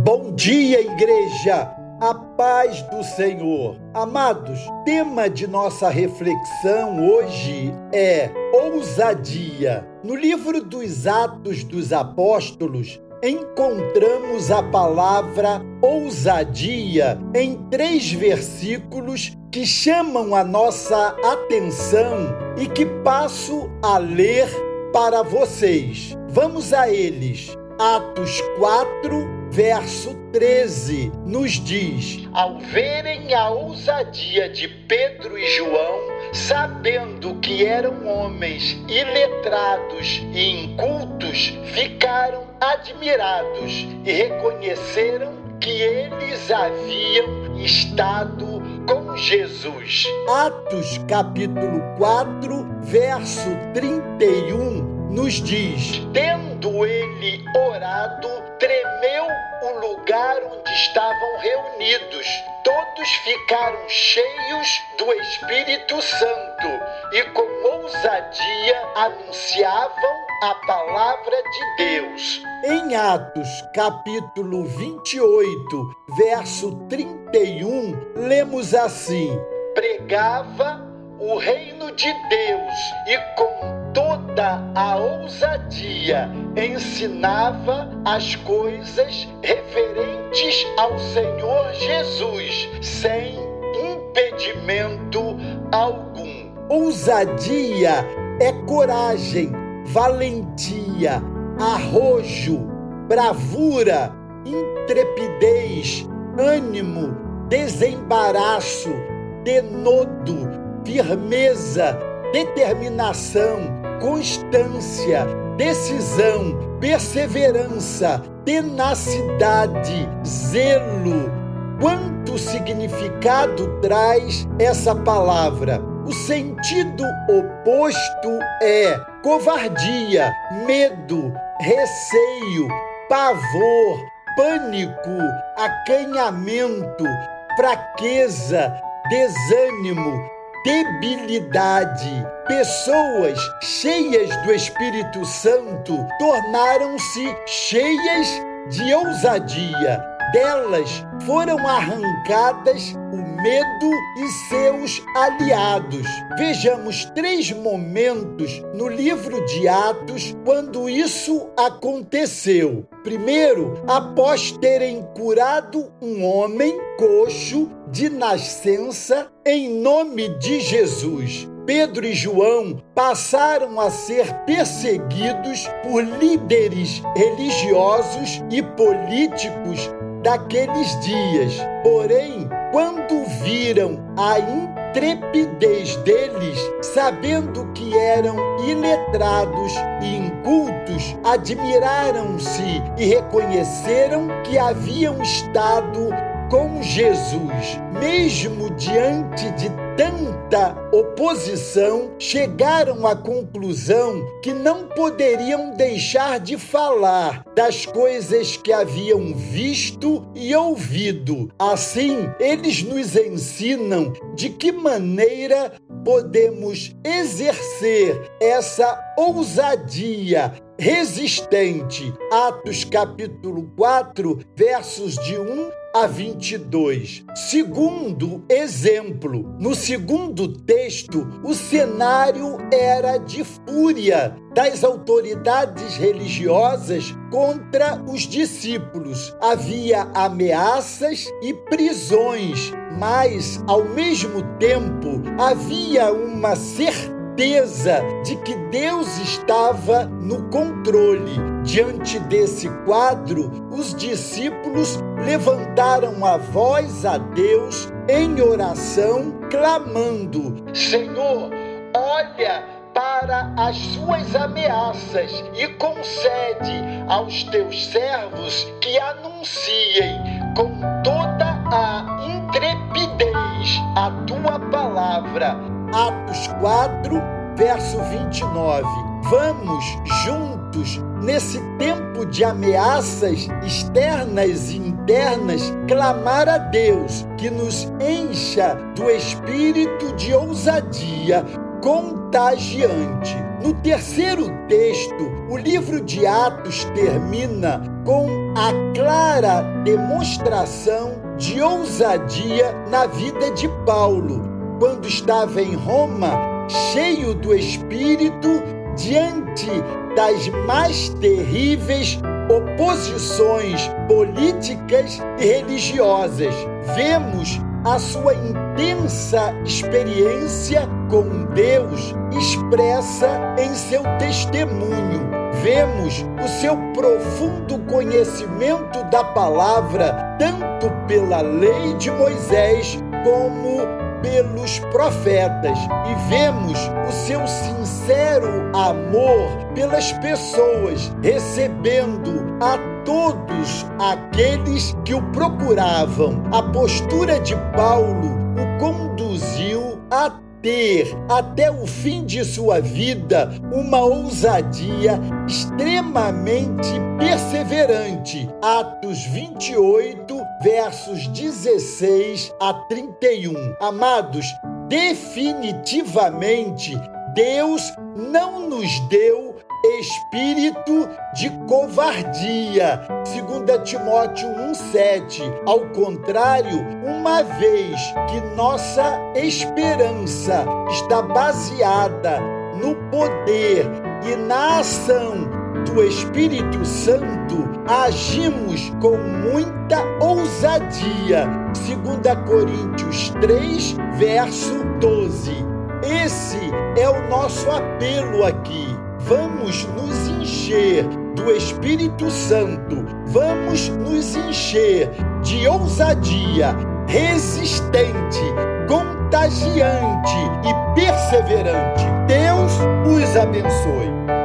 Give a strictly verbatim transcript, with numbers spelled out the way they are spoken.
Bom dia, igreja! A paz do Senhor. Amados, tema de nossa reflexão hoje é ousadia. No livro dos Atos dos Apóstolos, encontramos a palavra ousadia em três versículos que chamam a nossa atenção e que passo a ler para vocês. Vamos a eles. Atos quatro, verso treze, nos diz: Ao verem a ousadia de Pedro e João, sabendo que eram homens iletrados e incultos, ficaram admirados e reconheceram que eles haviam estado com Jesus. Atos capítulo quatro, verso trinta e um, nos diz: Tendo ele orado, tremeu o lugar onde estavam reunidos. Todos ficaram cheios do Espírito Santo e com ousadia anunciavam a palavra de Deus. Em Atos capítulo vinte e oito, verso trinta e um, lemos assim: Pregava o reino de Deus e com toda a ousadia ensinava as coisas referentes ao Senhor Jesus, sem impedimento algum. Ousadia é coragem, valentia, arrojo, bravura, intrepidez, ânimo, desembaraço, denodo, firmeza, determinação, constância, decisão, perseverança, tenacidade, zelo. Quanto significado traz essa palavra? O sentido oposto é covardia, medo, receio, pavor, pânico, acanhamento, fraqueza, desânimo, debilidade. Pessoas cheias do Espírito Santo tornaram-se cheias de ousadia. Delas foram arrancadas o medo e seus aliados. Vejamos três momentos no livro de Atos quando isso aconteceu. Primeiro, após terem curado um homem coxo de nascença em nome de Jesus. Pedro e João passaram a ser perseguidos por líderes religiosos e políticos daqueles dias. Porém, quando viram a intrepidez deles, sabendo que eram iletrados e incultos, admiraram-se e reconheceram que haviam estado com Jesus. Mesmo diante de tanta oposição, chegaram à conclusão que não poderiam deixar de falar das coisas que haviam visto e ouvido. Assim, eles nos ensinam de que maneira podemos exercer essa ousadia resistente. Atos capítulo quatro, versos de um a vinte e dois. Segundo exemplo, no segundo texto, o cenário era de fúria das autoridades religiosas contra os discípulos. Havia ameaças e prisões, mas, ao mesmo tempo, havia uma certeza de que Deus estava no controle. Diante desse quadro, os discípulos levantaram a voz a Deus em oração, clamando: Senhor, olha para as suas ameaças e concede aos teus servos que anunciem com toda a intrepidez a tua palavra. Atos quatro, verso vinte e nove. Vamos juntos, nesse tempo de ameaças externas e internas, clamar a Deus que nos encha do espírito de ousadia, contagiante. No terceiro texto, o livro de Atos termina com a clara demonstração de ousadia na vida de Paulo, quando estava em Roma, cheio do Espírito, diante das mais terríveis oposições políticas e religiosas. Vemos a sua intensa experiência com Deus expressa em seu testemunho. Vemos o seu profundo conhecimento da palavra, tanto pela lei de Moisés como pelos profetas, e vemos o seu sincero amor pelas pessoas, recebendo a todos aqueles que o procuravam. A postura de Paulo o conduziu a ter, até o fim de sua vida, uma ousadia extremamente perseverante. Atos vinte e oito, versos dezesseis a trinta e um. Amados, definitivamente, Deus não nos deu espírito de covardia, segundo Timóteo um, sete. Ao contrário, uma vez que nossa esperança está baseada no poder e na ação do Espírito Santo, agimos com muita ousadia, segundo Coríntios três, verso doze. Esse é o nosso apelo aqui. Vamos nos encher do Espírito Santo, vamos nos encher de ousadia, resistente, contagiante e perseverante. Deus os abençoe.